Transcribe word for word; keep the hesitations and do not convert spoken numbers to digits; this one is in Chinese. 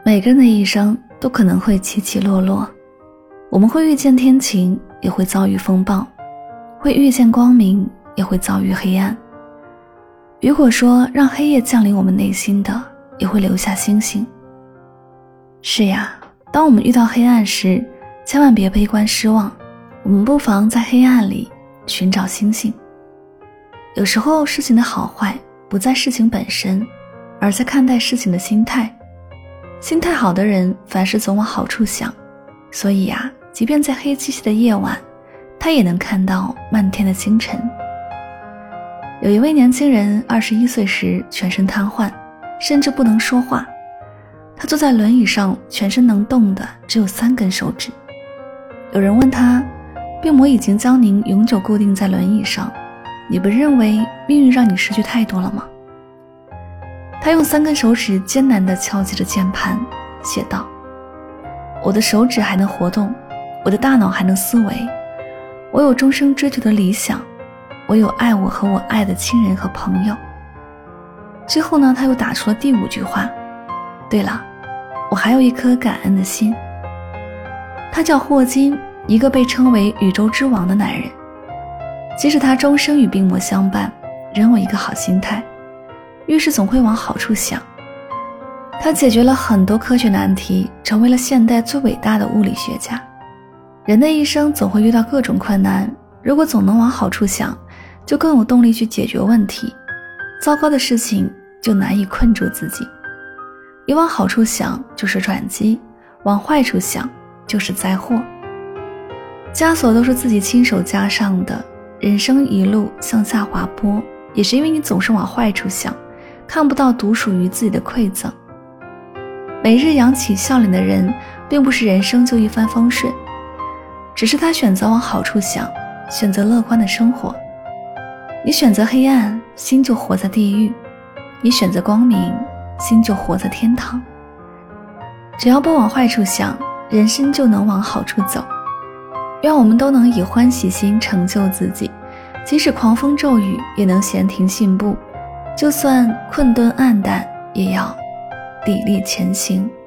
每个人的一生都可能会起起落落，我们会遇见天晴，也会遭遇风暴，会遇见光明，也会遭遇黑暗。如果说让黑夜降临我们内心的，也会留下星星。是呀，当我们遇到黑暗时，千万别悲观失望，我们不妨在黑暗里寻找星星。有时候事情的好坏不在事情本身，而在看待事情的心态。心态好的人凡事总往好处想，所以呀、啊，即便在黑漆漆的夜晚，他也能看到漫天的星辰。有一位年轻人二十一岁时全身瘫痪，甚至不能说话，他坐在轮椅上，全身能动的只有三根手指。有人问他，病魔已经将您永久固定在轮椅上，你不认为命运让你失去太多了吗？他用三根手指艰难地敲击着键盘，写道：我的手指还能活动，我的大脑还能思维，我有终生追求的理想，我有爱我和我爱的亲人和朋友。最后呢，他又打出了第五句话，对了，我还有一颗感恩的心。他叫霍金，一个被称为宇宙之王的男人。即使他终生与病魔相伴，仍有一个好心态，遇事总会往好处想。他解决了很多科学难题，成为了现代最伟大的物理学家。人的一生总会遇到各种困难，如果总能往好处想，就更有动力去解决问题，糟糕的事情就难以困住自己。你往好处想就是转机，往坏处想就是灾祸。枷锁都是自己亲手加上的，人生一路向下滑坡，也是因为你总是往坏处想，看不到独属于自己的馈赠。每日扬起笑脸的人，并不是人生就一帆风顺，只是他选择往好处想，选择乐观的生活。你选择黑暗，心就活在地狱；你选择光明，心就活在天堂。只要不往坏处想，人生就能往好处走。愿我们都能以欢喜心成就自己，即使狂风骤雨也能闲庭信步，就算困顿暗淡也要砥砺前行。